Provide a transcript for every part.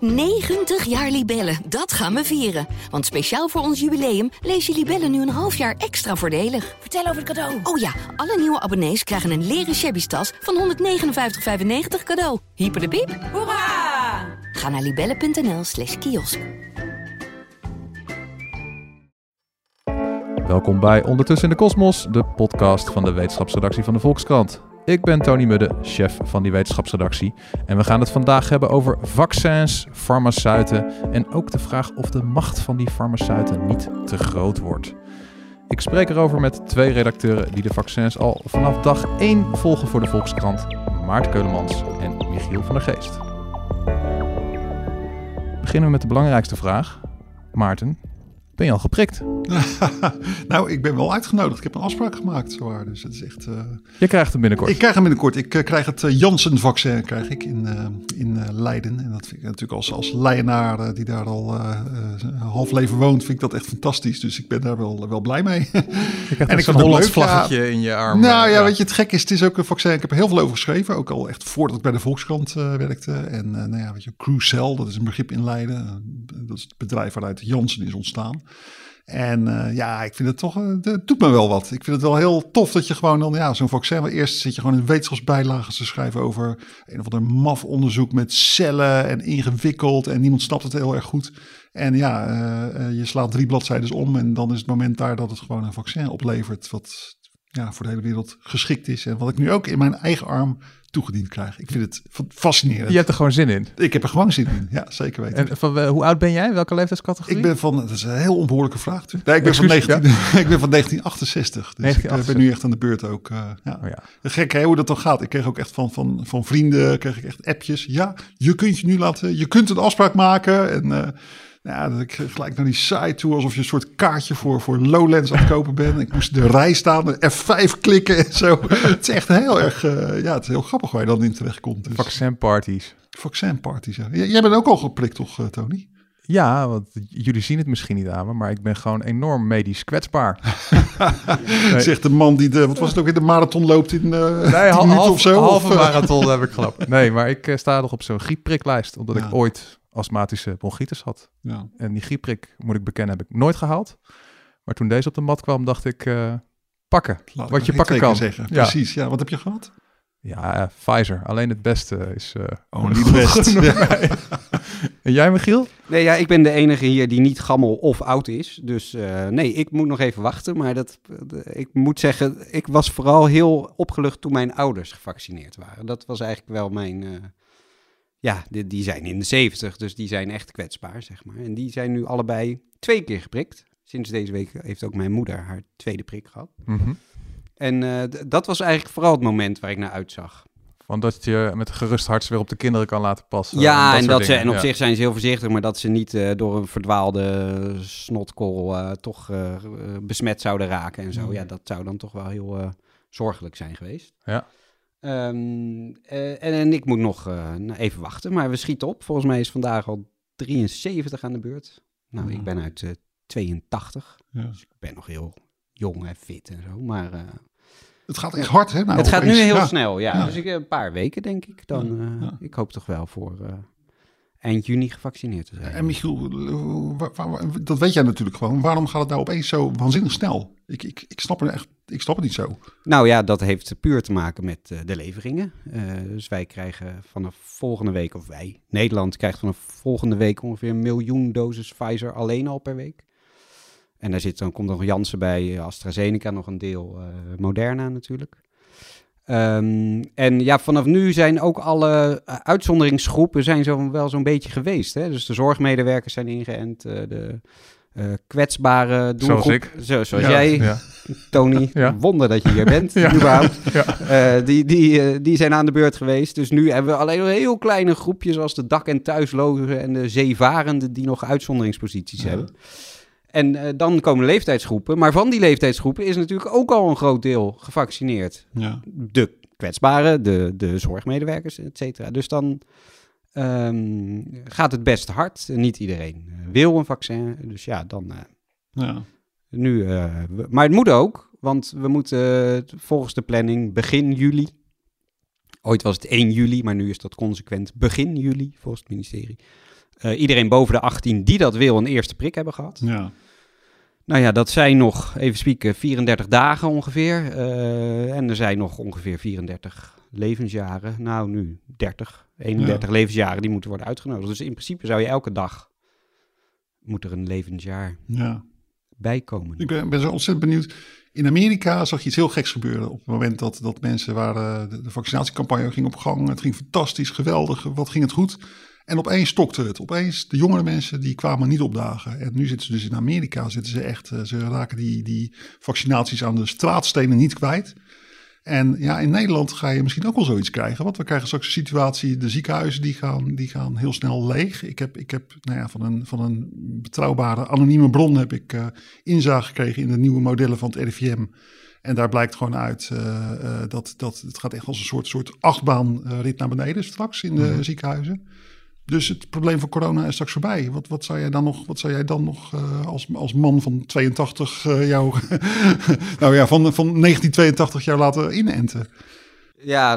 90 jaar Libellen, dat gaan we vieren. Want speciaal voor ons jubileum lees je Libellen nu een half jaar extra voordelig. Vertel over het cadeau. Oh ja, alle nieuwe abonnees krijgen een leren shabby tas van 159,95 cadeau. Hyper de piep. Hoera! Ga naar libellen.nl/kiosk. Welkom bij Ondertussen in de Kosmos, de podcast van de wetenschapsredactie van de Volkskrant. Ik ben Tony Mudde, chef van die wetenschapsredactie. En we gaan het vandaag hebben over vaccins, farmaceuten en ook de vraag of de macht van die farmaceuten niet te groot wordt. Ik spreek erover met 2 redacteuren die de vaccins al vanaf dag 1 volgen voor de Volkskrant. Maarten Keulemans en Michiel van der Geest. Beginnen we met de belangrijkste vraag. Maarten, ben je al geprikt? Nou, ik ben wel uitgenodigd. Ik heb een afspraak gemaakt, zowaar. Dus het is echt... Je krijgt hem binnenkort. Ik krijg hem binnenkort. Ik krijg het Janssen-vaccin krijg ik in Leiden. En dat vind ik natuurlijk als Leidenaar die daar al half leven woont, vind ik dat echt fantastisch. Dus ik ben daar wel blij mee. Je krijgt een Hollands vlaggetje in je arm. Nou ja, weet je, het gek is, het is ook een vaccin. Ik heb er heel veel over geschreven. Ook al echt voordat ik bij de Volkskrant werkte. En nou ja, weet je, Crucell, dat is een begrip in Leiden. Dat is het bedrijf waaruit Janssen is ontstaan. En ja, ik vind het toch, het doet me wel wat. Ik vind het wel heel tof dat je gewoon dan, ja, zo'n vaccin, eerst zit je gewoon in wetenschapsbijlagen te schrijven over een of ander maf onderzoek met cellen en ingewikkeld en niemand snapt het heel erg goed. En ja, je slaat 3 bladzijden om en dan is het moment daar dat het gewoon een vaccin oplevert wat ja, voor de hele wereld geschikt is. En wat ik nu ook in mijn eigen arm toegediend krijg. Ik vind het fascinerend. Je hebt er gewoon zin in? Ik heb er gewoon zin in, ja, zeker weten. En van, hoe oud ben jij? Welke leeftijdscategorie? Ik ben van, dat is een heel onbehoorlijke vraag. Nee, ik ben van 1968. Dus 1968. Ik ben nu echt aan de beurt ook. Ja. Oh ja. Gek hè, hoe dat dan gaat. Ik kreeg ook echt van vrienden, kreeg ik echt appjes. Ja, je kunt je nu laten, je kunt een afspraak maken. En ja, dat ik gelijk naar die site toe, alsof je een soort kaartje voor Lowlands aan het kopen bent. Ik moest de rij staan, de F5 klikken en zo. Het is echt heel erg, ja, het is heel grappig waar je dan in terecht komt. Dus. Vaccinparties. Vaccinparties, ja. Jij bent ook al geprikt, toch, Tony? Ja, want jullie zien het misschien niet aan me, maar ik ben gewoon enorm medisch kwetsbaar. Nee. Zegt de man die wat was het ook weer, de marathon loopt in 10 minuten of zo? Halve marathon heb ik gelopen. Nee, maar ik sta nog op zo'n grieppriklijst, omdat ik ooit astmatische bronchitis had. Ja. En die griepprik, moet ik bekennen, heb ik nooit gehaald. Maar toen deze op de mat kwam, dacht ik, pakken. Wat je pakken kan. Zeggen. Ja. Precies, ja. Wat heb je gehad? Ja, Pfizer. Alleen het beste is niet het beste. Ja. En jij, Michiel? Nee, ja, ik ben de enige hier die niet gammel of oud is. Dus nee, ik moet nog even wachten. Maar ik moet zeggen, ik was vooral heel opgelucht toen mijn ouders gevaccineerd waren. Dat was eigenlijk wel mijn... Ja, die zijn in de 70, dus die zijn echt kwetsbaar, zeg maar. En die zijn nu allebei 2 keer geprikt. Sinds deze week heeft ook mijn moeder haar 2e prik gehad. Mm-hmm. En dat was eigenlijk vooral het moment waar ik naar uitzag. Van dat je met gerust hart weer op de kinderen kan laten passen. Ja, en op zich zijn ze heel voorzichtig, maar dat ze niet door een verdwaalde snotkorrel toch besmet zouden raken en zo. Mm. Ja, dat zou dan toch wel heel zorgelijk zijn geweest. Ja. En ik moet nog even wachten, maar we schieten op. Volgens mij is vandaag al 73 aan de beurt. Nou, ik ben uit 82, dus ik ben nog heel jong en fit en zo, maar... het gaat echt hard, hè? Nou, het gaat nu heel snel, ja. Dus een paar weken, denk ik. Dan, ik hoop toch wel voor eind juni gevaccineerd te zijn. En Michiel, dat weet jij natuurlijk gewoon. Waarom gaat het nou opeens zo waanzinnig snel? Ik snap het niet zo. Nou ja, dat heeft puur te maken met de leveringen. Dus wij krijgen vanaf volgende week, Nederland krijgt vanaf volgende week ongeveer 1 miljoen doses Pfizer alleen al per week. En dan komt nog Janssen bij, AstraZeneca, nog een deel Moderna natuurlijk. En ja, vanaf nu zijn ook alle uitzonderingsgroepen zijn wel zo'n beetje geweest. Hè? Dus de zorgmedewerkers zijn ingeënt, de kwetsbare doelgroep. Zoals jij, Tony. Ja. Wonder dat je hier bent, überhaupt. Ja. Die zijn aan de beurt geweest. Dus nu hebben we alleen nog heel kleine groepjes als de dak- en thuislozen en de zeevarenden die nog uitzonderingsposities hebben. En dan komen de leeftijdsgroepen. Maar van die leeftijdsgroepen is natuurlijk ook al een groot deel gevaccineerd. Ja. De kwetsbaren, de zorgmedewerkers, et cetera. Dus dan gaat het best hard. Niet iedereen wil een vaccin. Dus ja, dan... Nu, maar het moet ook, want we moeten volgens de planning begin juli... Ooit was het 1 juli, maar nu is dat consequent begin juli, volgens het ministerie... iedereen boven de 18 die dat wil een eerste prik hebben gehad. Ja. Nou ja, dat zijn nog, even spieken, 34 dagen ongeveer. En er zijn nog ongeveer 34 levensjaren. Nou, nu 31 levensjaren die moeten worden uitgenodigd. Dus in principe zou je elke dag moet er een levensjaar bij komen. Ik ben zo ontzettend benieuwd. In Amerika zag je iets heel geks gebeuren. Op het moment dat mensen waren, de vaccinatiecampagne ging op gang. Het ging fantastisch, geweldig. Wat ging het goed? En opeens stokte het. Opeens, de jongere mensen die kwamen niet opdagen. En nu zitten ze dus in Amerika. Ze raken die vaccinaties aan de straatstenen niet kwijt. En ja, in Nederland ga je misschien ook wel zoiets krijgen. Want we krijgen straks een situatie, de ziekenhuizen die gaan heel snel leeg. Ik heb van een betrouwbare anonieme bron heb ik inzage gekregen in de nieuwe modellen van het RIVM. En daar blijkt gewoon uit dat het gaat echt als een soort achtbaanrit naar beneden straks in de ziekenhuizen. Dus het probleem van corona is straks voorbij. Wat zou jij dan nog als man van 82 jou van 1982 jou laten inenten? Ja,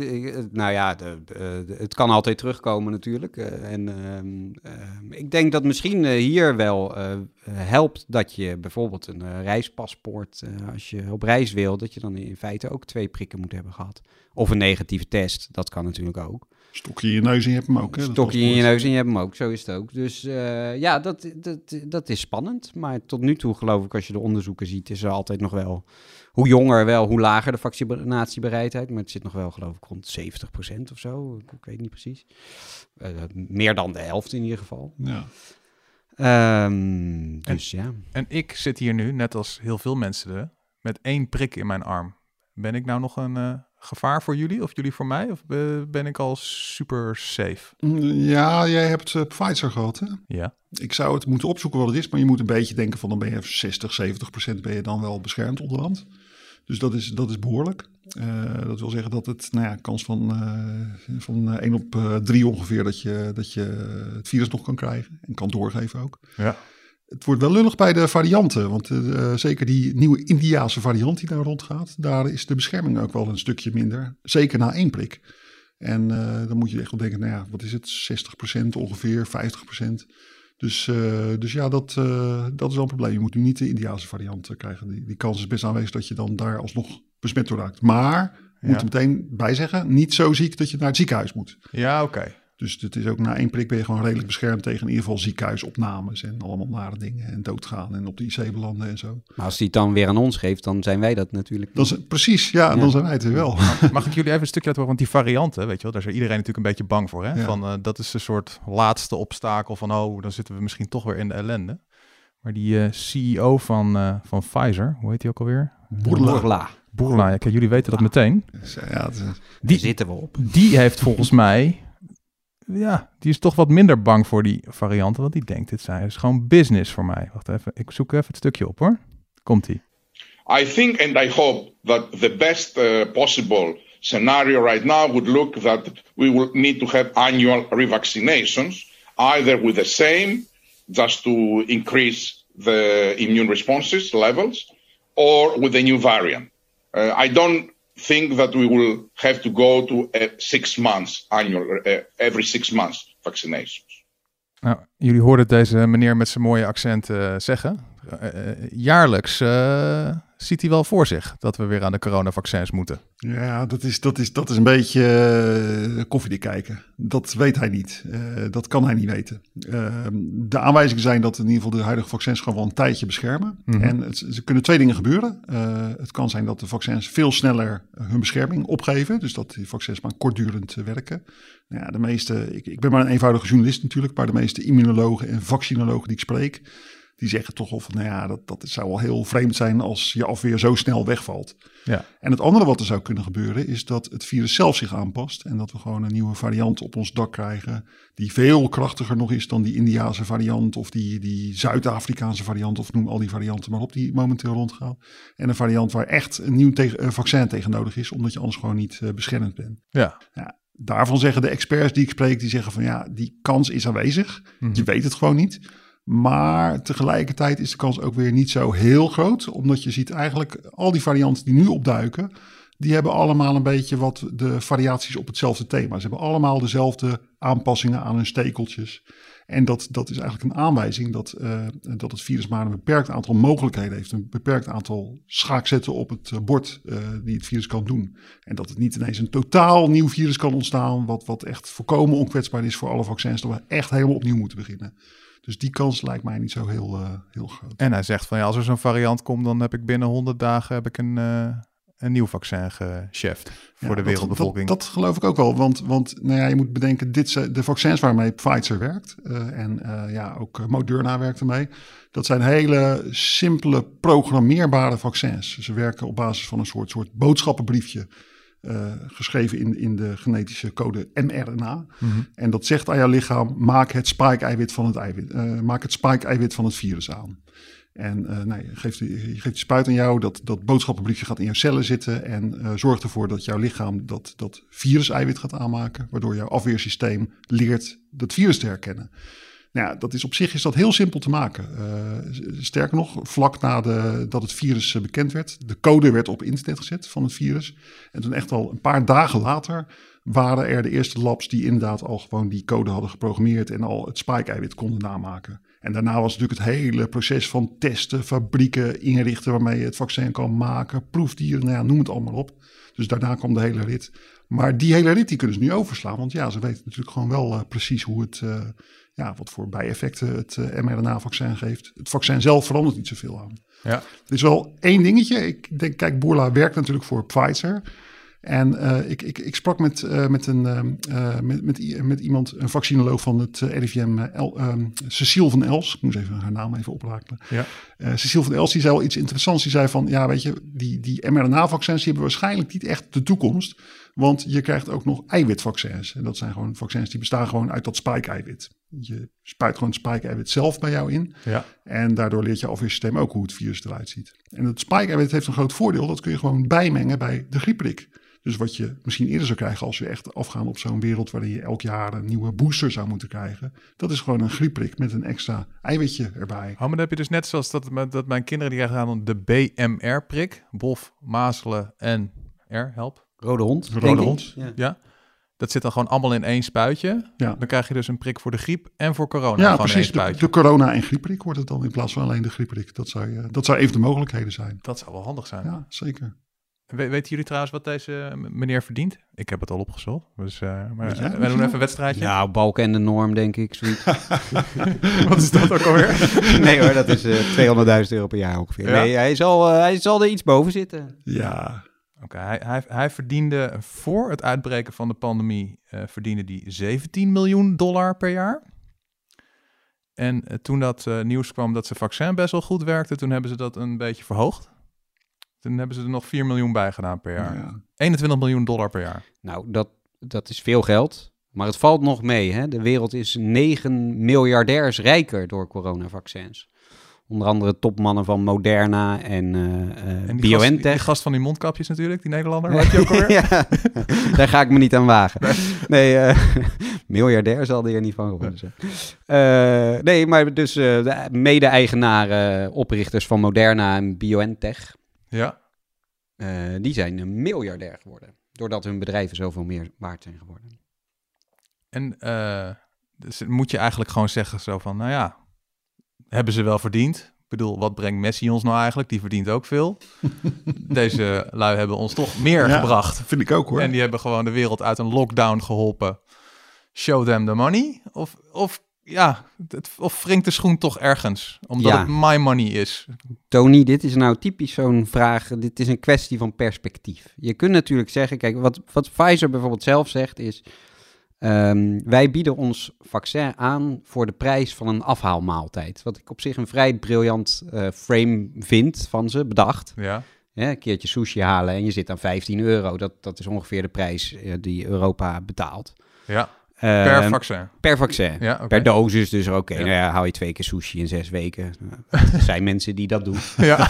het kan altijd terugkomen natuurlijk. Ik denk dat misschien hier wel helpt dat je bijvoorbeeld een reispaspoort, als je op reis wil, dat je dan in feite ook 2 prikken moet hebben gehad. Of een negatieve test, dat kan natuurlijk ook. Stokje in je neus en je hebt hem ook. Hè, stokje in je neus en je hebt hem ook, zo is het ook. Dus dat is spannend. Maar tot nu toe geloof ik, als je de onderzoeken ziet, is er altijd nog wel, hoe jonger wel, hoe lager de vaccinatiebereidheid. Maar het zit nog wel, geloof ik, rond 70% of zo. Ik weet niet precies. Meer dan de helft in ieder geval. Ja. En ik zit hier nu, net als heel veel mensen, met 1 prik in mijn arm. Ben ik nou nog een gevaar voor jullie of jullie voor mij? Of ben ik al super safe? Ja, jij hebt Pfizer gehad, hè? Ja. Ik zou het moeten opzoeken wat het is, maar je moet een beetje denken van dan ben je 60-70% ben je dan wel beschermd onderhand. Dus dat is behoorlijk. Dat wil zeggen dat het kans van 1 op 3 ongeveer dat je het virus nog kan krijgen en kan doorgeven ook. Ja. Het wordt wel lullig bij de varianten, want zeker die nieuwe Indiase variant die daar rondgaat, daar is de bescherming ook wel een stukje minder. Zeker na 1 prik. En dan moet je echt wel denken, wat is het? 60% ongeveer, 50%. Dus ja, dat is wel een probleem. Je moet nu niet de Indiase variant krijgen. Die kans is best aanwezig dat je dan daar alsnog besmet door raakt. Maar, moet er meteen bij zeggen, niet zo ziek dat je naar het ziekenhuis moet. Ja, oké. Dus het is ook na 1 prik ben je gewoon redelijk beschermd tegen in ieder geval ziekenhuisopnames en allemaal nare dingen en doodgaan en op de IC belanden en zo. Maar als hij het dan weer aan ons geeft, dan zijn wij dat natuurlijk. Precies, dan zijn wij het weer wel. Mag ik jullie even een stukje laten horen? Want die varianten, weet je wel, daar is iedereen natuurlijk een beetje bang voor. Hè? Ja. Van, dat is een soort laatste obstakel van, dan zitten we misschien toch weer in de ellende. Maar die CEO van Pfizer, hoe heet die ook alweer? Bourla, ja, jullie weten dat meteen. Ja, die zitten we op. Die heeft volgens mij, die is toch wat minder bang voor die varianten, want die denkt, dit is gewoon business voor mij. Wacht even, ik zoek even het stukje op hoor. Komt-ie. I think and I hope that the best possible scenario right now would look that we will need to have annual revaccinations, either with the same, just to increase the immune responses levels, or with a new variant. I don't think that we will have to go to 6 months annual, every 6 months vaccinations. Nou, jullie hoorden deze meneer met zijn mooie accent zeggen. Jaarlijks ziet hij wel voor zich dat we weer aan de coronavaccins moeten. Ja, dat is een beetje koffiedik kijken. Dat weet hij niet. Dat kan hij niet weten. De aanwijzingen zijn dat in ieder geval de huidige vaccins gewoon wel een tijdje beschermen. Mm-hmm. En er kunnen 2 dingen gebeuren. Het kan zijn dat de vaccins veel sneller hun bescherming opgeven. Dus dat die vaccins maar kortdurend werken. Nou ja, de meeste, ik ben maar een eenvoudige journalist natuurlijk, maar de meeste immunologen en vaccinologen die ik spreek, die zeggen toch al van, dat zou wel heel vreemd zijn als je afweer zo snel wegvalt. Ja. En het andere wat er zou kunnen gebeuren is dat het virus zelf zich aanpast en dat we gewoon een nieuwe variant op ons dak krijgen die veel krachtiger nog is dan die Indiase variant of die Zuid-Afrikaanse variant of noem al die varianten maar op die momenteel rondgaan. En een variant waar echt een nieuw vaccin tegen nodig is, omdat je anders gewoon niet beschermd bent. Ja. Daarvan zeggen de experts die ik spreek, die zeggen van die kans is aanwezig. Mm-hmm. Je weet het gewoon niet. Maar tegelijkertijd is de kans ook weer niet zo heel groot. Omdat je ziet eigenlijk al die varianten die nu opduiken, die hebben allemaal een beetje wat de variaties op hetzelfde thema. Ze hebben allemaal dezelfde aanpassingen aan hun stekeltjes. En dat is eigenlijk een aanwijzing dat het virus maar een beperkt aantal mogelijkheden heeft. Een beperkt aantal schaakzetten op het bord die het virus kan doen. En dat het niet ineens een totaal nieuw virus kan ontstaan, wat echt volkomen onkwetsbaar is voor alle vaccins, dat we echt helemaal opnieuw moeten beginnen. Dus die kans lijkt mij niet zo heel groot. En hij zegt van als er zo'n variant komt, dan heb ik binnen 100 dagen een nieuw vaccin gecheft voor de wereldbevolking. Dat geloof ik ook wel, want je moet bedenken, de vaccins waarmee Pfizer werkt ook Moderna werkt ermee. Dat zijn hele simpele programmeerbare vaccins. Ze werken op basis van een soort boodschappenbriefje. Geschreven in de genetische code mRNA. Mm-hmm. En dat zegt aan jouw lichaam, maak het spike-eiwit van het eiwit. Maak het spike-eiwit van het virus aan. En je geeft die spuit aan jou, dat boodschappenbriefje gaat in jouw cellen zitten en zorgt ervoor dat jouw lichaam dat virus-eiwit gaat aanmaken, waardoor jouw afweersysteem leert dat virus te herkennen. Nou ja, op zich is dat heel simpel te maken. Sterker nog, vlak nadat het virus bekend werd, de code werd op internet gezet van het virus. En toen echt al een paar dagen later waren er de eerste labs die inderdaad al gewoon die code hadden geprogrammeerd en al het spike-eiwit konden namaken. En daarna was natuurlijk het hele proces van testen, fabrieken inrichten waarmee je het vaccin kan maken, proefdieren, noem het allemaal op. Dus daarna kwam de hele rit. Maar die hele rit die kunnen ze nu overslaan, want ze weten natuurlijk gewoon wel precies hoe het... wat voor bijeffecten het mRNA-vaccin geeft. Het vaccin zelf verandert niet zoveel aan. Ja. Er is wel één dingetje. Ik denk, kijk, Bourla werkt natuurlijk voor Pfizer. En ik sprak met iemand, een vaccinoloog van het RIVM, Cecile van Els. Ik moet even haar naam even oprakelen. Ja. Cecile van Els, die zei al iets interessants. Die zei van, die mRNA-vaccins die hebben waarschijnlijk niet echt de toekomst. Want je krijgt ook nog eiwitvaccins. En dat zijn gewoon vaccins die bestaan gewoon uit dat spike-eiwit. Je spuit gewoon het spike-eiwit zelf bij jou in. Ja. En daardoor leert je afweersysteem ook hoe het virus eruit ziet. En het spike-eiwit heeft een groot voordeel. Dat kun je gewoon bijmengen bij de griepprik. Dus wat je misschien eerder zou krijgen als we echt afgaan op zo'n wereld waarin je elk jaar een nieuwe booster zou moeten krijgen. Dat is gewoon een griepprik met een extra eiwitje erbij. Maar dan heb je dus net zoals dat mijn kinderen die krijgen aan de BMR-prik. Bof, mazelen en help. Rode hond. Rode hond, ja. Dat zit dan gewoon allemaal in één spuitje. Ja. Dan krijg je dus een prik voor de griep en voor corona. Ja, precies. De corona- en griepprik wordt het dan in plaats van alleen de griepprik. Dat zou even de mogelijkheden zijn. Dat zou wel handig zijn. Ja, zeker. Weten jullie trouwens wat deze meneer verdient? Ik heb het al opgezocht. Dus, wij doen even een wedstrijdje. Ja, balken en de norm, denk ik. Wat is dat ook alweer? Nee hoor, dat is €200.000 per jaar ongeveer. Ja? Nee, hij zal er iets boven zitten. Ja. Oké, hij verdiende voor het uitbreken van de pandemie verdiende die $17 miljoen per jaar. En toen dat nieuws kwam dat zijn vaccin best wel goed werkte, toen hebben ze dat een beetje verhoogd. Toen hebben ze er nog $4 miljoen bij gedaan per jaar. Ja. $21 miljoen per jaar. Nou, dat is veel geld. Maar het valt nog mee. Hè? De wereld is 9 miljardairs rijker door coronavaccins. Onder andere topmannen van Moderna en BioNTech. Die gast van die mondkapjes natuurlijk, die Nederlander. Weet je ook alweer? Ja, daar ga ik me niet aan wagen. Nee, miljardair zal die er niet van geworden zijn. Nee, maar dus de mede-eigenaren, oprichters van Moderna en BioNTech... Ja. Die zijn miljardair geworden. Doordat hun bedrijven zoveel meer waard zijn geworden. En dus moet je eigenlijk gewoon zeggen zo van, hebben ze wel verdiend? Ik bedoel, wat brengt Messi ons nou eigenlijk? Die verdient ook veel. Deze lui hebben ons toch meer gebracht. Vind ik ook hoor. En die hebben gewoon de wereld uit een lockdown geholpen. Show them the money. Of wringt de schoen toch ergens? Omdat het my money is. Tony, dit is nou typisch zo'n vraag. Dit is een kwestie van perspectief. Je kunt natuurlijk zeggen, kijk, wat Pfizer bijvoorbeeld zelf zegt is... wij bieden ons vaccin aan voor de prijs van een afhaalmaaltijd. Wat ik op zich een vrij briljant frame vind van ze, bedacht. Ja. Een keertje sushi halen en je zit aan €15. Dat is ongeveer de prijs die Europa betaalt. Ja. Per vaccin? Per vaccin. Ja, okay. Per dosis. Dus hou je 2 keer sushi in 6 weken. Er zijn mensen die dat doen. Ja.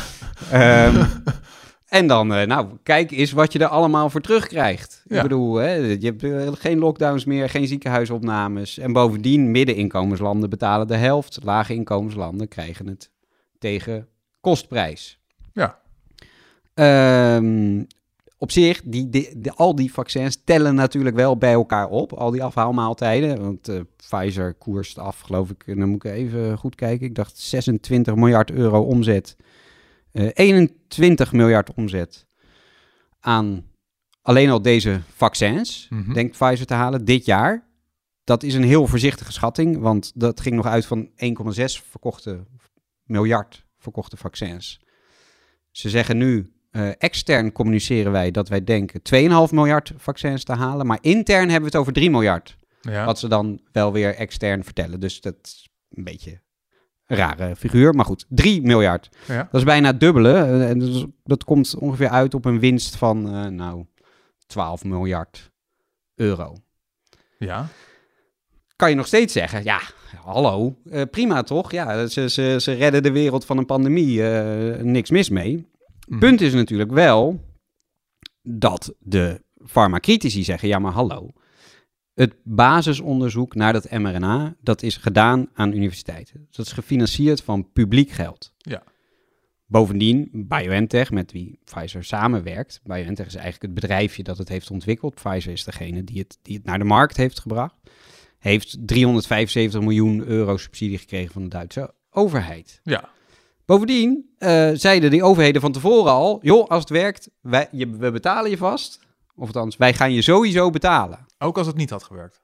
En dan, kijk eens wat je er allemaal voor terugkrijgt. Ja. Ik bedoel, je hebt geen lockdowns meer, geen ziekenhuisopnames. En bovendien, middeninkomenslanden betalen de helft. Lage inkomenslanden krijgen het tegen kostprijs. Ja. op zich, al die vaccins tellen natuurlijk wel bij elkaar op. Al die afhaalmaaltijden. Want Pfizer koerst af, geloof ik. En dan moet ik even goed kijken. Ik dacht 26 miljard euro omzet. 21 miljard omzet aan alleen al deze vaccins, denkt Pfizer te halen dit jaar. Dat is een heel voorzichtige schatting, want dat ging nog uit van 1,6 miljard verkochte vaccins. Ze zeggen nu, extern communiceren wij dat wij denken 2,5 miljard vaccins te halen, maar intern hebben we het over 3 miljard. Ja. Wat ze dan wel weer extern vertellen. Dus dat is een beetje een rare figuur, maar goed, 3 miljard. Ja. Dat is bijna het dubbele. En dat komt ongeveer uit op een winst van 12 miljard euro. Ja. Kan je nog steeds zeggen, ja, hallo, prima toch? Ja, ze redden de wereld van een pandemie, niks mis mee. Punt is natuurlijk wel dat de farmacritici zeggen, ja maar hallo, het basisonderzoek naar dat mRNA, dat is gedaan aan universiteiten. Dat is gefinancierd van publiek geld. Ja. Bovendien, BioNTech, met wie Pfizer samenwerkt. BioNTech is eigenlijk het bedrijfje dat het heeft ontwikkeld. Pfizer is degene die het naar de markt heeft gebracht. Heeft 375 miljoen euro subsidie gekregen van de Duitse overheid. Ja. Bovendien zeiden die overheden van tevoren al, joh, als het werkt, we betalen je vast. Of althans, wij gaan je sowieso betalen. Ook als het niet had gewerkt?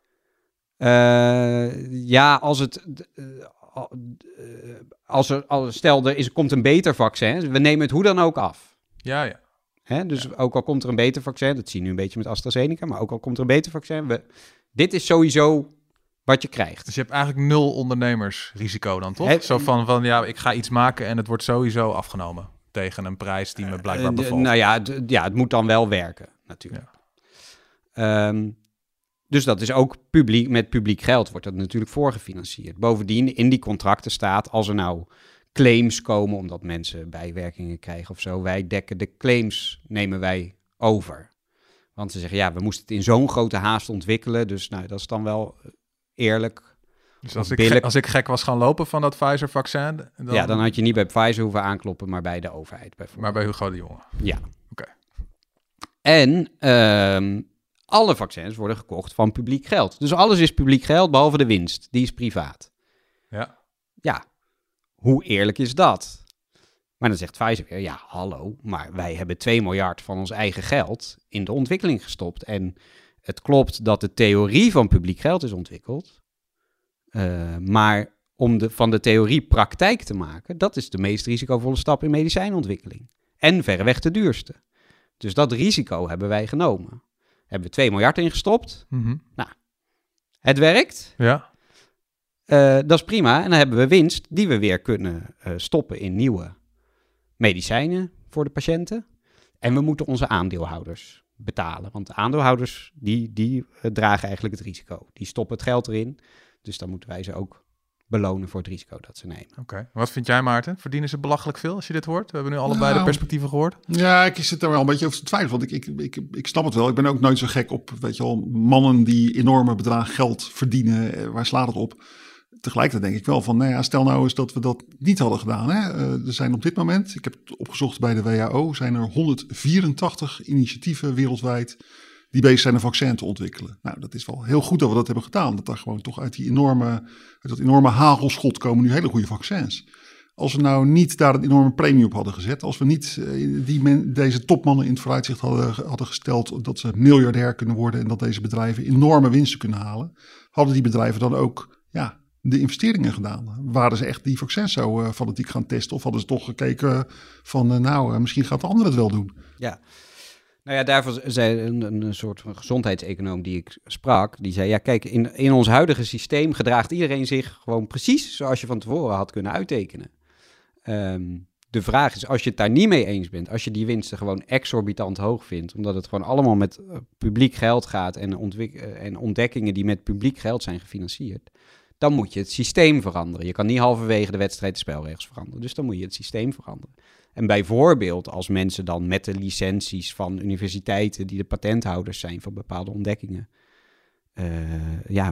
Stel, komt een beter vaccin, we nemen het hoe dan ook af. Ja. Dus ook al komt er een beter vaccin, dat zie je nu een beetje met AstraZeneca, maar ook al komt er een beter vaccin, dit is sowieso wat je krijgt. Dus je hebt eigenlijk 0 ondernemersrisico dan, toch? Zo van ik ga iets maken en het wordt sowieso afgenomen tegen een prijs die me blijkbaar bevalt. Het moet dan wel werken, natuurlijk. Ja. Dus dat is ook met publiek geld wordt dat natuurlijk voorgefinancierd. Bovendien, in die contracten staat, als er nou claims komen omdat mensen bijwerkingen krijgen of zo, wij dekken de claims, nemen wij over. Want ze zeggen, we moesten het in zo'n grote haast ontwikkelen, dus dat is dan wel eerlijk. Dus als ik gek was gaan lopen van dat Pfizer-vaccin... Dan had je niet bij Pfizer hoeven aankloppen, maar bij de overheid bijvoorbeeld. Maar bij Hugo de Jonge? Ja. Oké. En alle vaccins worden gekocht van publiek geld. Dus alles is publiek geld, behalve de winst. Die is privaat. Ja. Ja, hoe eerlijk is dat? Maar dan zegt Pfizer weer, hallo, maar wij hebben 2 miljard van ons eigen geld in de ontwikkeling gestopt. En het klopt dat de theorie van publiek geld is ontwikkeld. Maar om van de theorie praktijk te maken, dat is de meest risicovolle stap in medicijnontwikkeling. En verreweg de duurste. Dus dat risico hebben wij genomen. Hebben we 2 miljard ingestopt. Mm-hmm. Nou, het werkt. Ja. Dat is prima. En dan hebben we winst die we weer kunnen stoppen in nieuwe medicijnen voor de patiënten. En we moeten onze aandeelhouders betalen. Want de aandeelhouders, die dragen eigenlijk het risico. Die stoppen het geld erin. Dus dan moeten wij ze ook belonen voor het risico dat ze nemen. Oké. Wat vind jij, Maarten? Verdienen ze belachelijk veel als je dit hoort? We hebben nu allebei de perspectieven gehoord. Ja, ik zit er wel een beetje over te twijfelen. Want ik snap het wel. Ik ben ook nooit zo gek op, mannen die enorme bedragen geld verdienen. Waar slaat het op? Tegelijkertijd denk ik wel van, stel nou eens dat we dat niet hadden gedaan. Hè? Er zijn op dit moment, ik heb het opgezocht bij de WHO, zijn er 184 initiatieven wereldwijd die bezig zijn een vaccin te ontwikkelen. Nou, dat is wel heel goed dat we dat hebben gedaan. Dat daar gewoon toch uit dat enorme hagelschot komen nu hele goede vaccins. Als we nou niet daar een enorme premie op hadden gezet, als we niet deze topmannen in het vooruitzicht hadden gesteld dat ze miljardair kunnen worden en dat deze bedrijven enorme winsten kunnen halen, hadden die bedrijven dan ook de investeringen gedaan? Waren ze echt die vaccins zo fanatiek gaan testen? Of hadden ze toch gekeken van, misschien gaat de ander het wel doen? Ja. Nou ja, daarvoor zei een soort van gezondheidseconoom die ik sprak, die zei, kijk, in ons huidige systeem gedraagt iedereen zich gewoon precies zoals je van tevoren had kunnen uittekenen. De vraag is, als je het daar niet mee eens bent, als je die winsten gewoon exorbitant hoog vindt, omdat het gewoon allemaal met publiek geld gaat en ontdekkingen die met publiek geld zijn gefinancierd, dan moet je het systeem veranderen. Je kan niet halverwege de wedstrijd de spelregels veranderen. Dus dan moet je het systeem veranderen. En bijvoorbeeld als mensen dan met de licenties van universiteiten die de patenthouders zijn van bepaalde ontdekkingen,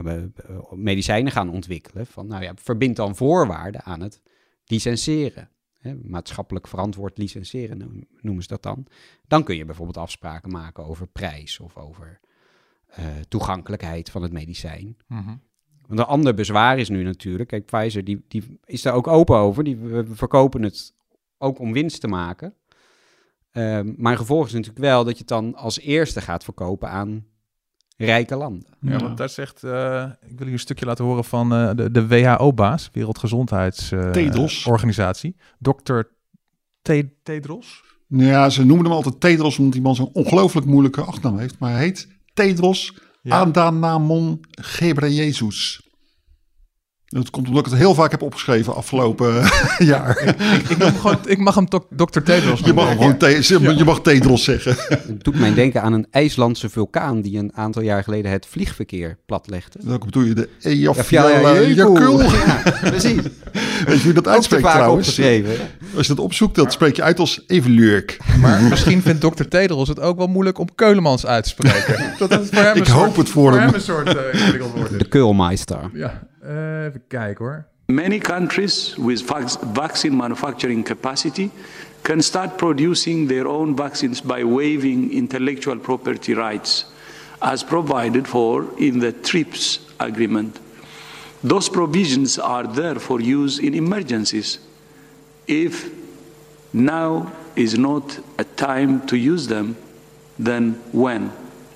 medicijnen gaan ontwikkelen, verbind dan voorwaarden aan het licenseren. maatschappelijk verantwoord licenseren noemen ze dat dan. Dan kun je bijvoorbeeld afspraken maken over prijs of over toegankelijkheid van het medicijn. Mm-hmm. Want een ander bezwaar is nu natuurlijk, kijk, Pfizer die is daar ook open over. We verkopen het ook om winst te maken. Maar een gevolg is natuurlijk wel dat je het dan als eerste gaat verkopen aan rijke landen. Ja, want daar zegt, ik wil hier een stukje laten horen van de WHO-baas, Wereldgezondheidsorganisatie, Dr. Tedros. Ja, ze noemen hem altijd Tedros omdat die man zo'n ongelooflijk moeilijke achternaam heeft. Maar hij heet Tedros Adhanom Ghebreyesus. Dat komt omdat ik het heel vaak heb opgeschreven afgelopen jaar. Ik mag hem Dr. Tedros Je mag gewoon je mag Tedros zeggen. Het doet mij denken aan een IJslandse vulkaan die een aantal jaar geleden het vliegverkeer platlegde. Welke bedoel je? De Eyjafjallajökull? Ja, precies. Weet je hoe dat uitspreekt trouwens? Opgeschreven. Als je dat opzoekt, dat spreek je uit als Evelurk. Maar misschien vindt Dr. Tedros het ook wel moeilijk om Keulemans uit te spreken. Dat het voor hem Ik hoop het voor hem. een soort ingewikkeld woord is. De Keulmeister. Ja, even kijken hoor. Many countries with vaccine manufacturing capacity can start producing their own vaccines by waiving intellectual property rights, as provided for in the TRIPS agreement. Those provisions are there for use in emergencies. If now is not a time to use them, then when?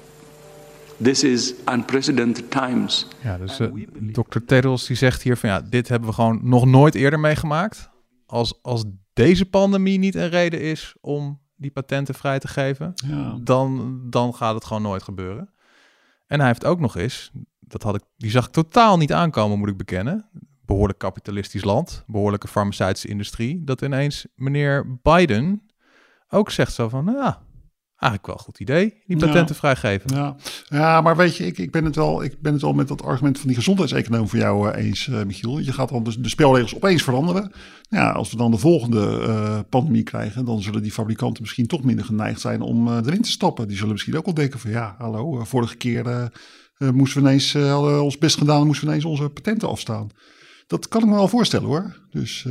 This is unprecedented times. Ja, dus Dr. Tedros die zegt hier van dit hebben we gewoon nog nooit eerder meegemaakt. Als deze pandemie niet een reden is om die patenten vrij te geven, dan gaat het gewoon nooit gebeuren. En hij heeft ook nog eens, die zag ik totaal niet aankomen, moet ik bekennen. Behoorlijk kapitalistisch land, behoorlijke farmaceutische industrie, dat ineens meneer Biden ook zegt zo van, eigenlijk wel een goed idee, die patenten vrijgeven. Ja, maar weet je, ik ben het wel met dat argument van die gezondheidseconoom voor jou eens, Michiel. Je gaat dan de spelregels opeens veranderen. Ja, als we dan de volgende pandemie krijgen, dan zullen die fabrikanten misschien toch minder geneigd zijn om erin te stappen. Die zullen misschien ook wel denken van hallo, vorige keer moesten we ineens, hadden we ons best gedaan, moesten we ineens onze patenten afstaan. Dat kan ik me wel voorstellen hoor. Dus...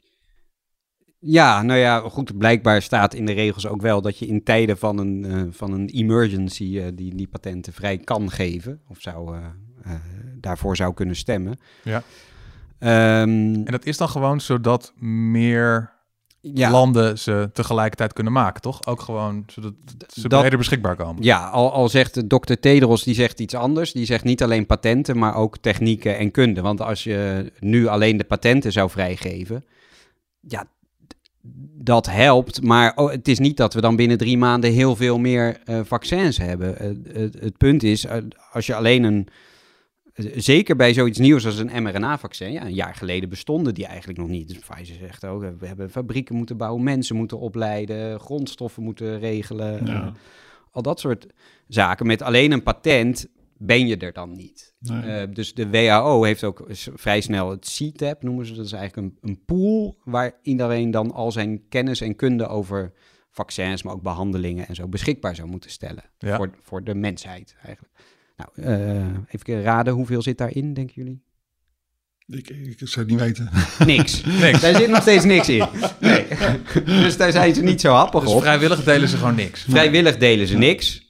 Ja, nou ja, goed, blijkbaar staat in de regels ook wel dat je in tijden van een emergency die patenten vrij kan geven. Of daarvoor zou kunnen stemmen. Ja. En dat is dan gewoon zodat meer landen ze tegelijkertijd kunnen maken, toch? Ook gewoon zodat ze breder beschikbaar komen. Ja, al zegt Dr. Tedros, die zegt iets anders. Die zegt niet alleen patenten, maar ook technieken en kunde. Want als je nu alleen de patenten zou vrijgeven, dat helpt, maar het is niet dat we dan binnen 3 maanden heel veel meer vaccins hebben. Het punt is, als je alleen zeker bij zoiets nieuws als een mRNA-vaccin, een jaar geleden bestonden die eigenlijk nog niet. Dus Pfizer zegt ook, we hebben fabrieken moeten bouwen, mensen moeten opleiden, grondstoffen moeten regelen. Al dat soort zaken. Met alleen een patent ben je er dan niet. Nee. Dus de WHO heeft ook vrij snel het CTAP, noemen ze. Dat is eigenlijk een pool waar iedereen dan al zijn kennis en kunde over vaccins, maar ook behandelingen en zo beschikbaar zou moeten stellen. Ja. Voor de mensheid eigenlijk. Nou, even raden, hoeveel zit daarin, denken jullie? Ik zou het niet weten. Niks. Daar zit nog steeds niks in. Nee. Dus daar zijn ze niet zo happig op. Vrijwillig delen ze gewoon niks. Vrijwillig delen ze niks.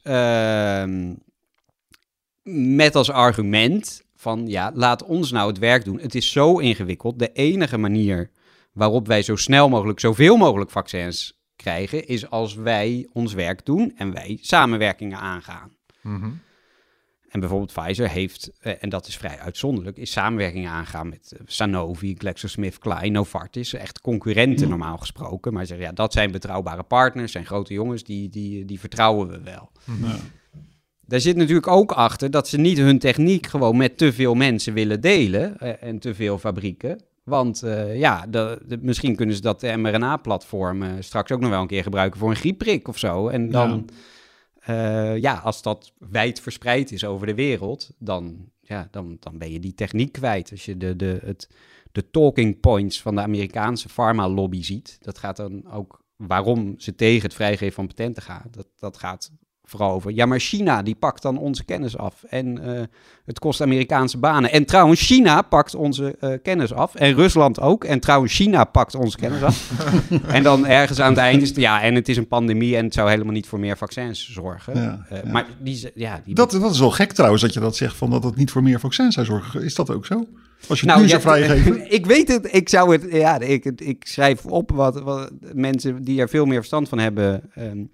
Met als argument van, laat ons nou het werk doen. Het is zo ingewikkeld. De enige manier waarop wij zo snel mogelijk, zoveel mogelijk vaccins krijgen, is als wij ons werk doen en wij samenwerkingen aangaan. Mm-hmm. En bijvoorbeeld Pfizer heeft, en dat is vrij uitzonderlijk, is samenwerkingen aangaan met Sanofi, GlaxoSmithKline, Novartis. Echt concurrenten normaal gesproken. Maar zeggen, dat zijn betrouwbare partners, zijn grote jongens, die vertrouwen we wel. Ja. Daar zit natuurlijk ook achter dat ze niet hun techniek gewoon met te veel mensen willen delen en te veel fabrieken. Want misschien kunnen ze dat mRNA-platform straks ook nog wel een keer gebruiken voor een griepprik of zo. En dan... als dat wijd verspreid is over de wereld, dan ben je die techniek kwijt. Als je de talking points van de Amerikaanse pharma-lobby ziet, dat gaat dan ook waarom ze tegen het vrijgeven van patenten gaan. Dat gaat vooral over... Ja, maar China, die pakt dan onze kennis af. En het kost Amerikaanse banen. En trouwens, China pakt onze kennis af. En Rusland ook. En trouwens, China pakt onze kennis af. En dan ergens aan het eind is het... Ja, en het is een pandemie en het zou helemaal niet voor meer vaccins zorgen. Maar dat is wel gek trouwens dat je dat zegt, van dat het niet voor meer vaccins zou zorgen. Is dat ook zo? Als je het nu zou vrijgeven? Ik weet het. Ik zou het... Ja, ik schrijf op wat mensen die er veel meer verstand van hebben...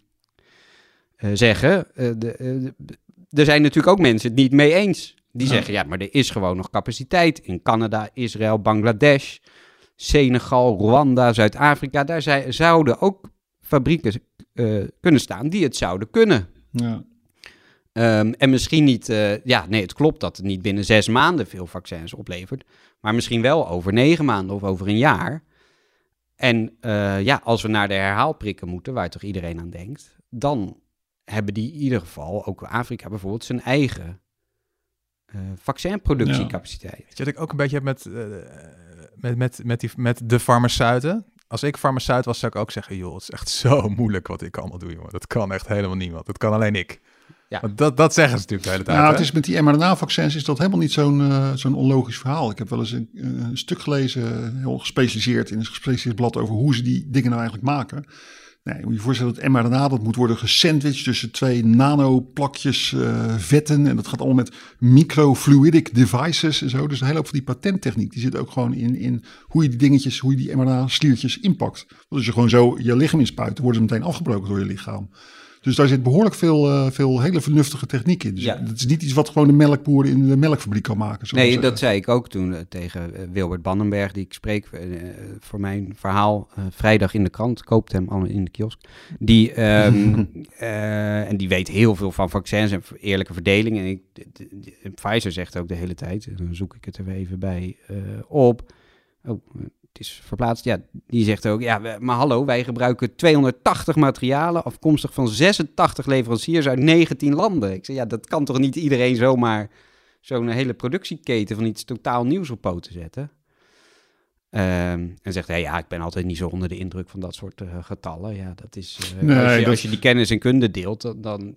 zeggen. Er zijn natuurlijk ook mensen het niet mee eens. Die zeggen, ja, maar er is gewoon nog capaciteit. In Canada, Israël, Bangladesh, Senegal, Rwanda, Zuid-Afrika. Daar zouden ook fabrieken kunnen staan die het zouden kunnen. Ja. En misschien niet... het klopt dat het niet binnen 6 maanden veel vaccins oplevert. Maar misschien wel over 9 maanden of over een jaar. En als we naar de herhaalprikken moeten, waar toch iedereen aan denkt, dan hebben die in ieder geval, ook Afrika bijvoorbeeld, zijn eigen vaccinproductiecapaciteit. Weet je wat ik ook een beetje heb met de farmaceuten? Als ik farmaceut was, zou ik ook zeggen, joh, het is echt zo moeilijk wat ik allemaal doe, jongen. Dat kan echt helemaal niemand. Dat kan alleen ik. Ja. Dat zeggen ze natuurlijk de hele tijd. Nou, het is met die mRNA-vaccins is dat helemaal niet zo'n onlogisch verhaal. Ik heb wel eens een stuk gelezen, heel gespecialiseerd in een gespecialiseerd blad over hoe ze die dingen nou eigenlijk maken. Nee, moet je je voorstellen dat mRNA, dat moet worden gesandwiched tussen 2 nanoplakjes vetten. En dat gaat allemaal met microfluidic devices en zo. Dus een hele hoop van die patenttechniek, die zit ook gewoon in hoe je die dingetjes, hoe je die mRNA-sliertjes inpakt. Want als je gewoon zo je lichaam inspuit, dan worden ze meteen afgebroken door je lichaam. Dus daar zit behoorlijk veel hele vernuftige techniek in. Dus het is niet iets wat gewoon de melkboer in de melkfabriek kan maken. Nee, dat zei ik ook toen tegen Wilbert Bannenberg, die ik spreek voor mijn verhaal vrijdag in de krant. Koopt hem allemaal in de kiosk. En die weet heel veel van vaccins en eerlijke verdeling. En Pfizer zegt ook de hele tijd, dan zoek ik het er even bij op. Is verplaatst. Ja, die zegt ook, maar hallo, wij gebruiken 280 materialen afkomstig van 86 leveranciers uit 19 landen. Ik zeg, dat kan toch niet iedereen zomaar zo'n hele productieketen van iets totaal nieuws op poten zetten? En zegt hij, ik ben altijd niet zo onder de indruk van dat soort getallen. Ja, dat is, als je die kennis en kunde deelt,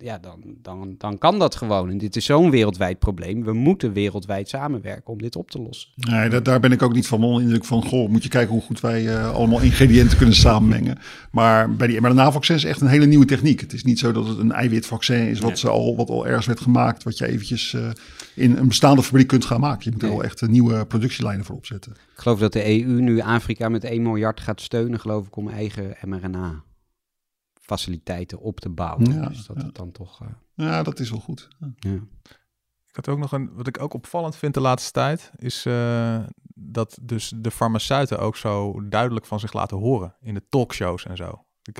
dan kan dat gewoon. En dit is zo'n wereldwijd probleem. We moeten wereldwijd samenwerken om dit op te lossen. Nee, daar ben ik ook niet van onder de indruk van, moet je kijken hoe goed wij allemaal ingrediënten kunnen samenmengen. Maar bij die mRNA-vaccins is echt een hele nieuwe techniek. Het is niet zo dat het een eiwitvaccin is wat al ergens werd gemaakt, wat je eventjes in een bestaande fabriek kunt gaan maken. Je moet er wel echt nieuwe productielijnen voor opzetten. Ik geloof dat de EU nu Afrika met 1 miljard gaat steunen, geloof ik, om eigen mRNA-faciliteiten op te bouwen. Ja, dus dat het dan toch... Ja, dat is wel goed. Ja. Ik had ook nog wat ik ook opvallend vind de laatste tijd, is dat dus de farmaceuten ook zo duidelijk van zich laten horen in de talkshows en zo. Ik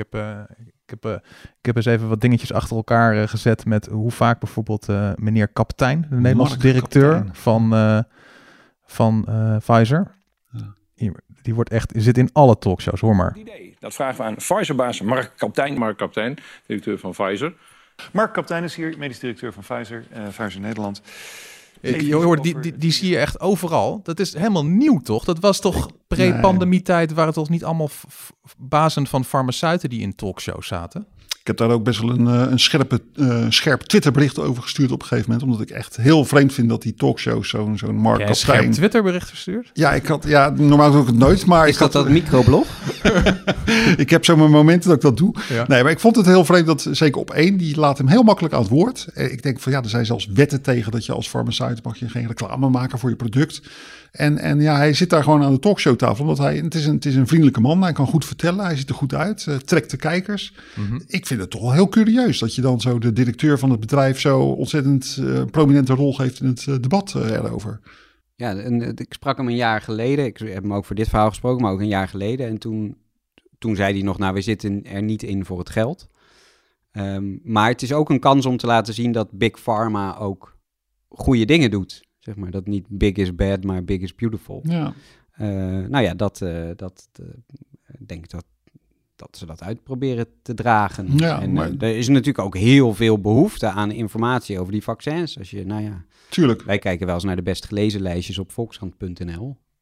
heb eens even wat dingetjes achter elkaar gezet met hoe vaak bijvoorbeeld meneer Kaptein, de Nederlandse directeur van Pfizer, die zit in alle talkshows, hoor maar. Dat vragen we aan Pfizer-baas Mark Kaptein. Mark Kaptein, directeur van Pfizer. Mark Kaptein is hier, medisch directeur van Pfizer, Pfizer Nederland. Die zie je echt overal. Dat is helemaal nieuw, toch? Dat was toch pre-pandemietijd, waren het toch niet allemaal bazen van farmaceuten die in talkshows zaten? Ik heb daar ook best wel een scherp Twitterbericht over gestuurd op een gegeven moment. Omdat ik echt heel vreemd vind dat die talkshows zo'n Mark Kaptein... scherp Twitterbericht verstuurd? Ja, normaal doe ik het nooit, maar... Is dat microblog? Ik heb zo mijn momenten dat ik dat doe. Ja. Nee, maar ik vond het heel vreemd dat zeker op 1, die laat hem heel makkelijk aan het woord. Ik denk van er zijn zelfs wetten tegen dat je als farmaceut mag je geen reclame maken voor je product. En hij zit daar gewoon aan de talkshowtafel. Omdat het is een vriendelijke man. Hij kan goed vertellen. Hij ziet er goed uit. Trekt de kijkers. Mm-hmm. Ik vind het toch wel heel curieus dat je dan zo de directeur van het bedrijf zo ontzettend prominente rol geeft in het debat erover. Ja, ik sprak hem een jaar geleden. Ik heb hem ook voor dit verhaal gesproken, maar ook een jaar geleden. En toen zei hij nog, we zitten er niet in voor het geld. Maar het is ook een kans om te laten zien dat Big Pharma ook goede dingen doet. Zeg maar, dat niet big is bad, maar big is beautiful. Ja. Denk ik dat ze dat uitproberen te dragen. Ja, en er is natuurlijk ook heel veel behoefte aan informatie over die vaccins. Als je, Tuurlijk. Wij kijken wel eens naar de best gelezen lijstjes op volkskrant.nl. Ja.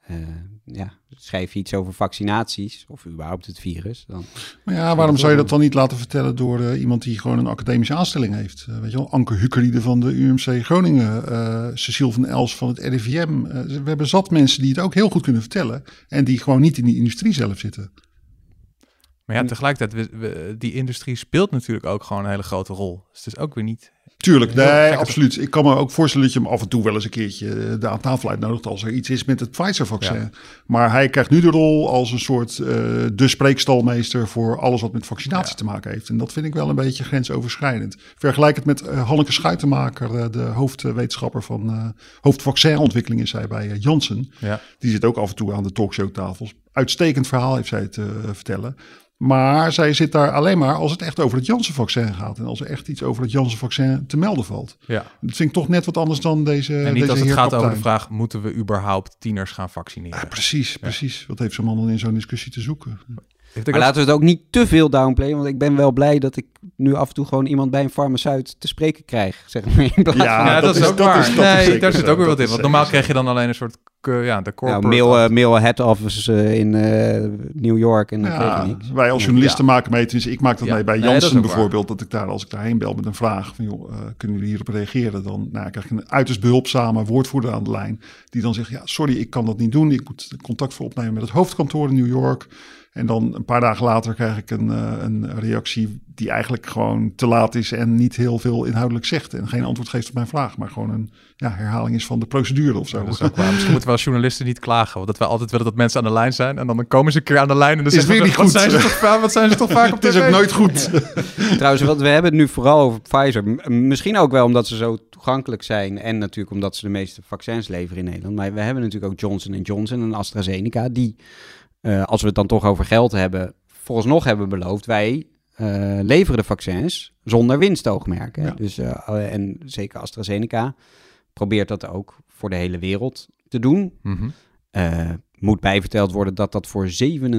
schrijf je iets over vaccinaties of überhaupt het virus. Dan Maar ja, waarom zou je dat dan niet laten vertellen door iemand die gewoon een academische aanstelling heeft? Weet je wel, Anke Huckerliede van de UMC Groningen, Cecile van Els van het RIVM. We hebben zat mensen die het ook heel goed kunnen vertellen en die gewoon niet in die industrie zelf zitten. Maar ja, tegelijkertijd, die industrie speelt natuurlijk ook gewoon een hele grote rol. Dus het is ook weer niet... Tuurlijk, nee, absoluut. Ik kan me ook voorstellen dat je hem af en toe wel eens een keertje daar aan tafel uitnodigt als er iets is met het Pfizer-vaccin. Ja. Maar hij krijgt nu de rol als een soort de spreekstalmeester voor alles wat met vaccinatie te maken heeft. En dat vind ik wel een beetje grensoverschrijdend. Vergelijk het met Hanneke Schuitenmaker, de hoofdwetenschapper van hoofdvaccinontwikkeling is zij bij Janssen. Ja. Die zit ook af en toe aan de talkshowtafels. Uitstekend verhaal heeft zij te vertellen. Maar zij zit daar alleen maar als het echt over het Janssen-vaccin gaat. En als er echt iets over het Janssen-vaccin te melden valt. Ja. Dat vind ik toch net wat anders dan deze. En niet deze als het gaat kapitein. over de vraag, moeten we überhaupt tieners gaan vaccineren? Ja, precies. Wat heeft zo'n man dan in zo'n discussie te zoeken? Maar laten we het ook niet te veel downplayen. Want ik ben wel blij dat ik nu af en toe gewoon iemand bij een farmaceut te spreken krijg. Zeg maar, in plaats van... dat is ook waar. Nee, daar zit ook weer wat in. Want normaal krijg je dan alleen een soort... de corporate... mail head office in New York en dan kreeg je niks. Wij als journalisten maken mee, tenminste ik maak dat mee bij Janssen bijvoorbeeld, dat ik daar, als ik daarheen bel met een vraag van joh, kunnen jullie hierop reageren, dan krijg ik een uiterst behulpzame woordvoerder aan de lijn, die dan zegt, ja sorry, ik kan dat niet doen, ik moet contact voor opnemen met het hoofdkantoor in New York. En dan een paar dagen later krijg ik een reactie die eigenlijk gewoon te laat is en niet heel veel inhoudelijk zegt. En geen antwoord geeft op mijn vraag, maar gewoon een herhaling is van de procedure of zo. Ja, dat is ook waar. Misschien moeten we als journalisten niet klagen. Want dat wij altijd willen dat mensen aan de lijn zijn. En dan komen ze een keer aan de lijn en dan zeggen ze, wat zijn ze toch vaak op tv? Het is ook nooit goed. Trouwens, we hebben het nu vooral over Pfizer. Misschien ook wel omdat ze zo toegankelijk zijn. En natuurlijk omdat ze de meeste vaccins leveren in Nederland. Maar we hebben natuurlijk ook Johnson & Johnson en AstraZeneca die... als we het dan toch over geld hebben, vooralsnog hebben beloofd, wij leveren de vaccins zonder winstoogmerk. Ja. Dus, en zeker AstraZeneca probeert dat ook voor de hele wereld te doen. Mm-hmm. Moet bijverteld worden dat dat voor 97%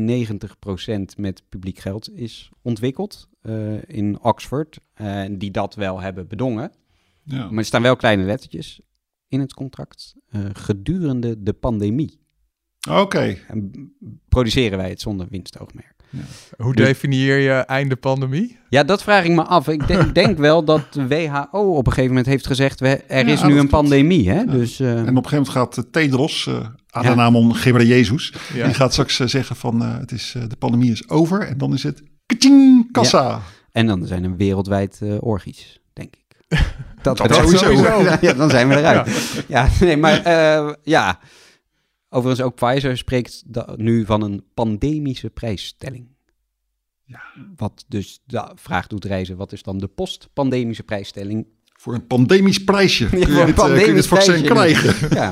met publiek geld is ontwikkeld in Oxford. Die dat wel hebben bedongen. Ja. Maar er staan wel kleine lettertjes in het contract. Gedurende de pandemie. Oké. Produceren wij het zonder winstoogmerk. Ja. Hoe definieer je einde pandemie? Ja, dat vraag ik me af. Ik denk wel dat de WHO op een gegeven moment heeft gezegd, er is nu een pandemie. Hè? Ja. Dus, en op een gegeven moment gaat Tedros, Adhanom Ghebreyesus, die gaat straks zeggen van de pandemie is over. En dan is het kaching, kassa. Ja. En dan zijn er wereldwijd orgies, denk ik. Dat sowieso. Ja, dan zijn we eruit. Ja, nee, maar overigens ook Pfizer spreekt nu van een pandemische prijsstelling. Ja. Wat dus de vraag doet reizen, wat is dan de post-pandemische prijsstelling? Voor een pandemisch prijsje kun je dit vaccin krijgen. Ja.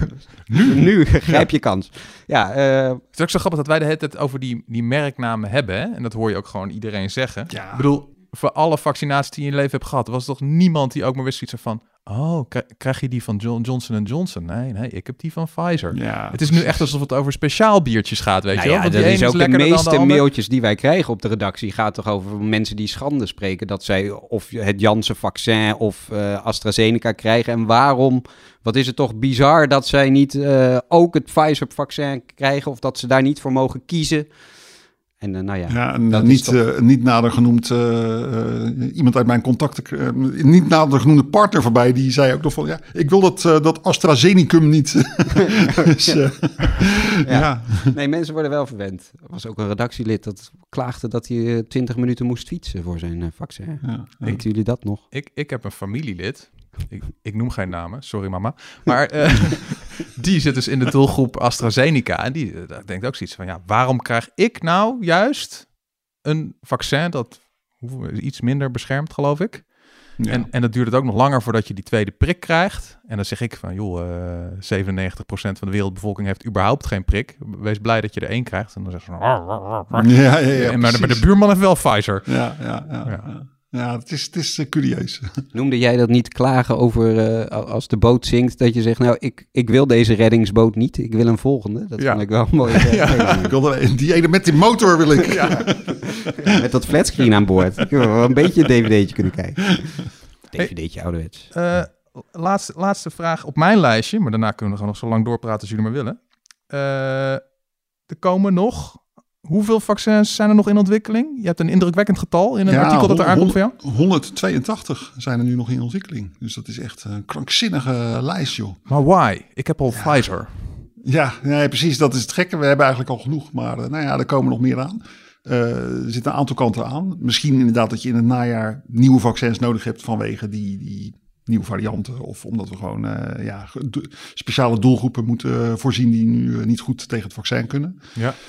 Nu grijp je kans. Ja, het is ook zo grappig dat wij de hele tijd over die merknamen hebben. Hè? En dat hoor je ook gewoon iedereen zeggen. Ja. Ik bedoel, voor alle vaccinaties die je in je leven hebt gehad, was er toch niemand die ook maar wist iets van... Oh, krijg je die van Johnson & Johnson? Nee, ik heb die van Pfizer. Ja, het is nu echt alsof het over speciaal biertjes gaat, weet je wel? Want dat is ook de meeste mailtjes die wij krijgen op de redactie. Gaat toch over mensen die schande spreken dat zij of het Janssen-vaccin of AstraZeneca krijgen. En waarom? Wat is het toch bizar dat zij niet ook het Pfizer-vaccin krijgen of dat ze daar niet voor mogen kiezen? En niet nader genoemd iemand uit mijn contacten, niet nader genoemde partner voorbij, die zei ook nog van, ik wil dat AstraZenicum niet. Dus, Nee, mensen worden wel verwend. Er was ook een redactielid dat klaagde dat hij 20 minuten moest fietsen voor zijn vaccin. Ja. Weten jullie dat nog? Ik heb een familielid. Ik noem geen namen, sorry mama. Maar die zit dus in de doelgroep AstraZeneca. En die denkt ook zoiets van, waarom krijg ik nou juist een vaccin dat iets minder beschermt, geloof ik. Ja. En dat duurt het ook nog langer voordat je die tweede prik krijgt. En dan zeg ik van, 97% van de wereldbevolking heeft überhaupt geen prik. Wees blij dat je er 1 krijgt. En dan zeggen ze, maar de buurman heeft wel Pfizer. Ja. Ja, het is curieus. Noemde jij dat niet klagen over als de boot zinkt, dat je zegt, nou, ik wil deze reddingsboot niet, ik wil een volgende. Dat vond ik wel mooi. Ik wil die ene met die motor wil ik. Ja. Met dat flatscreen aan boord. Ik wil wel een beetje een dvd'tje kunnen kijken. Dvd'tje ouderwets. Laatste vraag op mijn lijstje, maar daarna kunnen we nog zo lang doorpraten als jullie maar willen. er komen nog... Hoeveel vaccins zijn er nog in ontwikkeling? Je hebt een indrukwekkend getal in een artikel dat er aankomt van jou. 182 zijn er nu nog in ontwikkeling. Dus dat is echt een krankzinnige lijst, joh. Maar why? Ik heb al Pfizer. Ja, nee, precies. Dat is het gekke. We hebben eigenlijk al genoeg. Maar er komen nog meer aan. Er zitten een aantal kanten aan. Misschien inderdaad dat je in het najaar nieuwe vaccins nodig hebt vanwege die nieuwe varianten. Of omdat we gewoon speciale doelgroepen moeten voorzien die nu niet goed tegen het vaccin kunnen.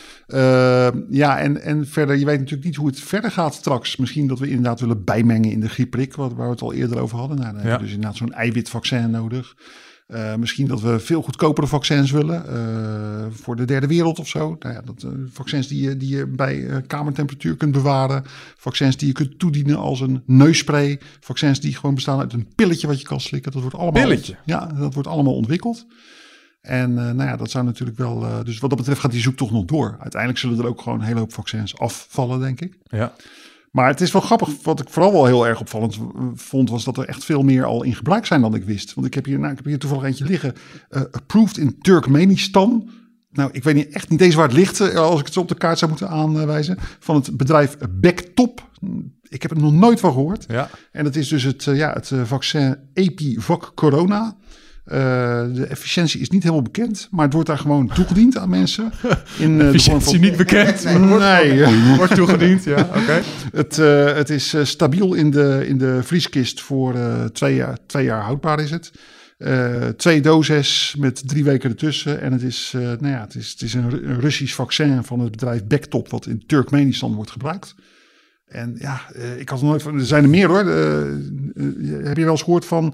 Ja. En verder, je weet natuurlijk niet hoe het verder gaat straks. Misschien dat we inderdaad willen bijmengen in de griepprik, waar we het al eerder over hadden. Dan hebben we dus inderdaad zo'n eiwitvaccin nodig. Misschien dat we veel goedkopere vaccins willen voor de derde wereld of zo. Vaccins die je bij kamertemperatuur kunt bewaren. Vaccins die je kunt toedienen als een neusspray. Vaccins die gewoon bestaan uit een pilletje wat je kan slikken. Dat wordt allemaal Pilletje? Ja, dat wordt allemaal ontwikkeld. En dat zou natuurlijk wel... dus wat dat betreft gaat die zoektocht nog door. Uiteindelijk zullen er ook gewoon een hele hoop vaccins afvallen, denk ik. Ja. Maar het is wel grappig. Wat ik vooral wel heel erg opvallend vond, was dat er echt veel meer al in gebruik zijn dan ik wist. Want ik heb hier toevallig eentje liggen. Approved in Turkmenistan. Nou, ik weet echt niet eens waar het ligt, als ik het zo op de kaart zou moeten aanwijzen. Van het bedrijf Bektop. Ik heb er nog nooit van gehoord. Ja. En dat is dus het vaccin Epivac Corona. De efficiëntie is niet helemaal bekend, maar het wordt daar gewoon toegediend aan mensen. Efficiëntie niet bekend, maar wordt toegediend. Ja, oké. Het is stabiel in de vrieskist voor 2 jaar houdbaar is het. 2 doses met 3 weken ertussen. En het is een Russisch vaccin van het bedrijf Bektop, wat in Turkmenistan wordt gebruikt. En ik had er nooit van. Er zijn er meer hoor. Heb je wel eens gehoord van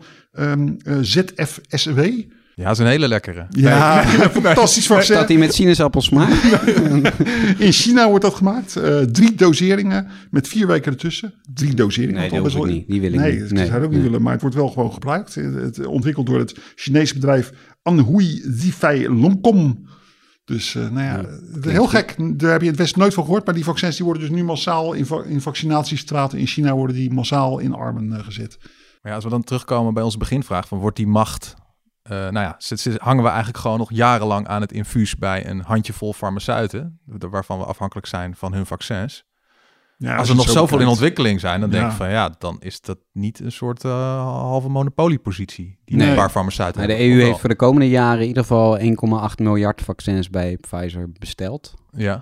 ZFSW? Ja, dat is een hele lekkere. Ja, fantastisch vaccin. Staat die met sinaasappelsmaak? In China wordt dat gemaakt. 3 doseringen met 4 weken ertussen. 3 doseringen. Nee, dat hoef ik niet. Die wil ik niet. Nee, dat zou ik ook niet willen. Maar het wordt wel gewoon gebruikt. Het ontwikkeld door het Chinese bedrijf Anhui Zifei Longcom. Dus heel gek. Daar heb je het Westen nooit van gehoord. Maar die vaccins die worden dus nu massaal in vaccinatiestraten in China worden die massaal in armen gezet. Maar als we dan terugkomen bij onze beginvraag van wordt die macht... hangen we eigenlijk gewoon nog jarenlang aan het infuus bij een handjevol farmaceuten, waarvan we afhankelijk zijn van hun vaccins. Ja, als er nog zoveel in ontwikkeling zijn, dan denk ik van dan is dat niet een soort halve monopoliepositie die een paar farmaceuten hebben. De EU heeft voor de komende jaren in ieder geval 1,8 miljard vaccins bij Pfizer besteld. Ja.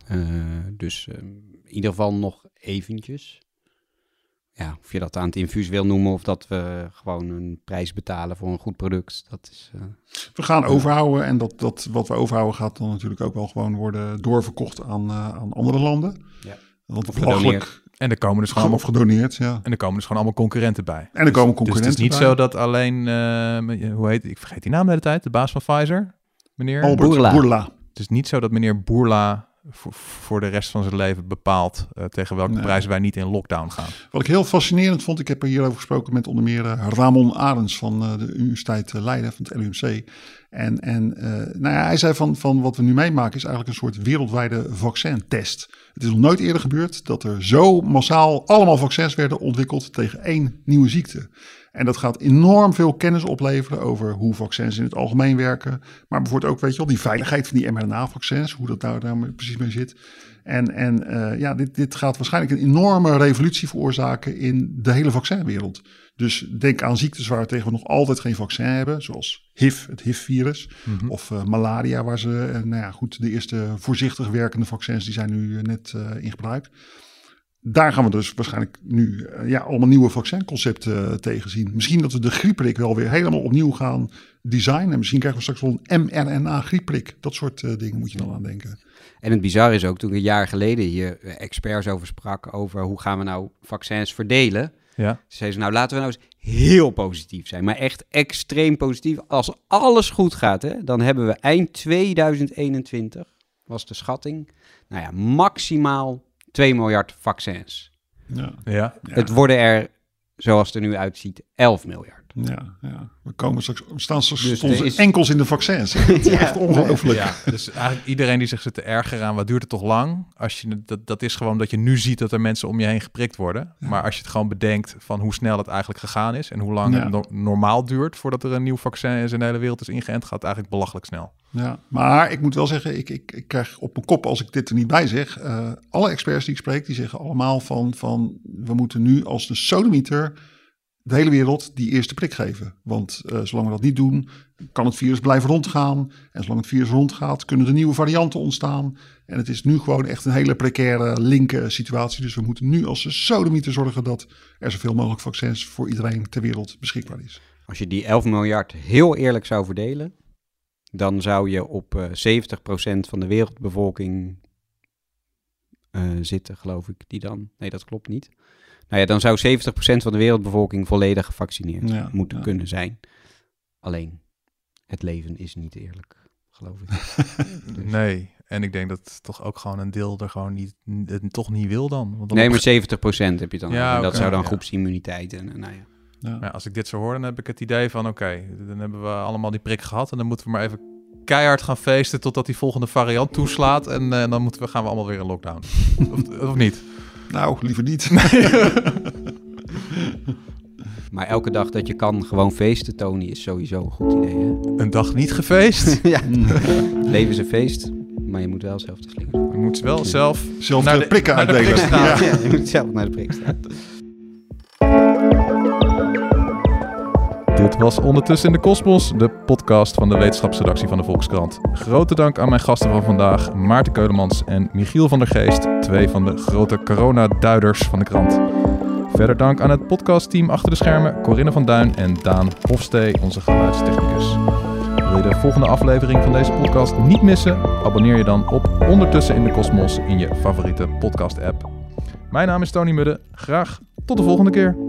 Dus in ieder geval nog eventjes. Ja, of je dat aan het infuus wil noemen of dat we gewoon een prijs betalen voor een goed product. Dat is, we gaan overhouden en dat wat we overhouden gaat dan natuurlijk ook wel gewoon worden doorverkocht aan andere landen. Ja. Want gedoneerd. En er komen dus gewoon allemaal gedoneerd, ja. En er komen dus gewoon allemaal concurrenten bij. En er komen concurrenten dus het is niet zo dat alleen, ik vergeet die naam de hele tijd, de baas van Pfizer, meneer Albert Bourla. Het is niet zo dat meneer Bourla voor de rest van zijn leven bepaalt tegen welke prijzen wij niet in lockdown gaan. Wat ik heel fascinerend vond, ik heb er hierover gesproken met onder meer Ramon Arends van de Universiteit Leiden, van het LUMC. En hij zei van wat we nu meemaken is eigenlijk een soort wereldwijde vaccintest. Het is nog nooit eerder gebeurd dat er zo massaal allemaal vaccins werden ontwikkeld tegen 1 nieuwe ziekte. En dat gaat enorm veel kennis opleveren over hoe vaccins in het algemeen werken. Maar bijvoorbeeld ook, weet je wel, die veiligheid van die mRNA-vaccins, hoe dat daar precies mee zit. Dit gaat waarschijnlijk een enorme revolutie veroorzaken in de hele vaccinwereld. Dus denk aan ziektes waar we tegen nog altijd geen vaccin hebben, zoals HIV, het HIV-virus, of malaria, waar ze, de eerste voorzichtig werkende vaccins, die zijn nu net in gebruik. Daar gaan we dus waarschijnlijk nu allemaal nieuwe vaccinconcepten tegen zien. Misschien dat we de griepprik wel weer helemaal opnieuw gaan designen. Misschien krijgen we straks wel een mRNA-griepprik. Dat soort dingen moet je dan aan denken. En het bizarre is ook, toen ik een jaar geleden hier experts over sprak, over hoe gaan we nou vaccins verdelen. Ja. Zeiden ze, nou laten we nou eens heel positief zijn, maar echt extreem positief. Als alles goed gaat, dan hebben we eind 2021, was de schatting, maximaal 2 miljard vaccins. Ja. Het worden er, zoals het er nu uitziet, 11 miljard. We staan straks Dus onze enkels in de vaccins. Het is echt ongelooflijk. Ja, dus eigenlijk iedereen die zich zit te ergeren aan wat duurt het toch lang. Dat is gewoon dat je nu ziet dat er mensen om je heen geprikt worden. Ja. Maar als je het gewoon bedenkt van hoe snel het eigenlijk gegaan is en hoe lang het normaal duurt voordat er een nieuw vaccin in de hele wereld is ingeënt, gaat het eigenlijk belachelijk snel. Ja, maar ik moet wel zeggen, ik krijg op mijn kop als ik dit er niet bij zeg. Alle experts die ik spreek, die zeggen allemaal van we moeten nu als de sodemieter de hele wereld die eerste prik geven. Want zolang we dat niet doen, kan het virus blijven rondgaan. En zolang het virus rondgaat, kunnen er nieuwe varianten ontstaan. En het is nu gewoon echt een hele precaire, linker situatie. Dus we moeten nu als de sodemieter zorgen dat er zoveel mogelijk vaccins voor iedereen ter wereld beschikbaar is. Als je die 11 miljard heel eerlijk zou verdelen, dan zou je op 70% van de wereldbevolking zitten, geloof ik. Nee, dat klopt niet. Nou ja, dan zou 70% van de wereldbevolking volledig gevaccineerd moeten kunnen zijn. Alleen, het leven is niet eerlijk, geloof ik. Dus. Nee, en ik denk dat toch ook gewoon een deel er gewoon toch niet wil dan. Want nee, maar 70% heb je dan. Ja, dat zou dan groepsimmuniteit en nou ja. Ja. Maar als ik dit zo hoor, dan heb ik het idee van oké, dan hebben we allemaal die prik gehad en dan moeten we maar even keihard gaan feesten totdat die volgende variant toeslaat en dan gaan we allemaal weer in lockdown. of niet? Nou, liever niet. Maar elke dag dat je kan gewoon feesten, Tony, is sowieso een goed idee, hè? Een dag niet gefeest? Ja, leven is een feest, maar je moet wel zelf de slinger. Je moet wel zelf de prikken uitdelen. Ja, je moet zelf naar de prik staan. Dit was Ondertussen in de Kosmos, de podcast van de wetenschapsredactie van de Volkskrant. Grote dank aan mijn gasten van vandaag, Maarten Keulemans en Michiel van der Geest, 2 van de grote coronaduiders van de krant. Verder dank aan het podcastteam achter de schermen, Corinne van Duin en Daan Hofstee, onze geluidstechnicus. Wil je de volgende aflevering van deze podcast niet missen? Abonneer je dan op Ondertussen in de Kosmos in je favoriete podcast-app. Mijn naam is Tony Mudde. Graag tot de volgende keer.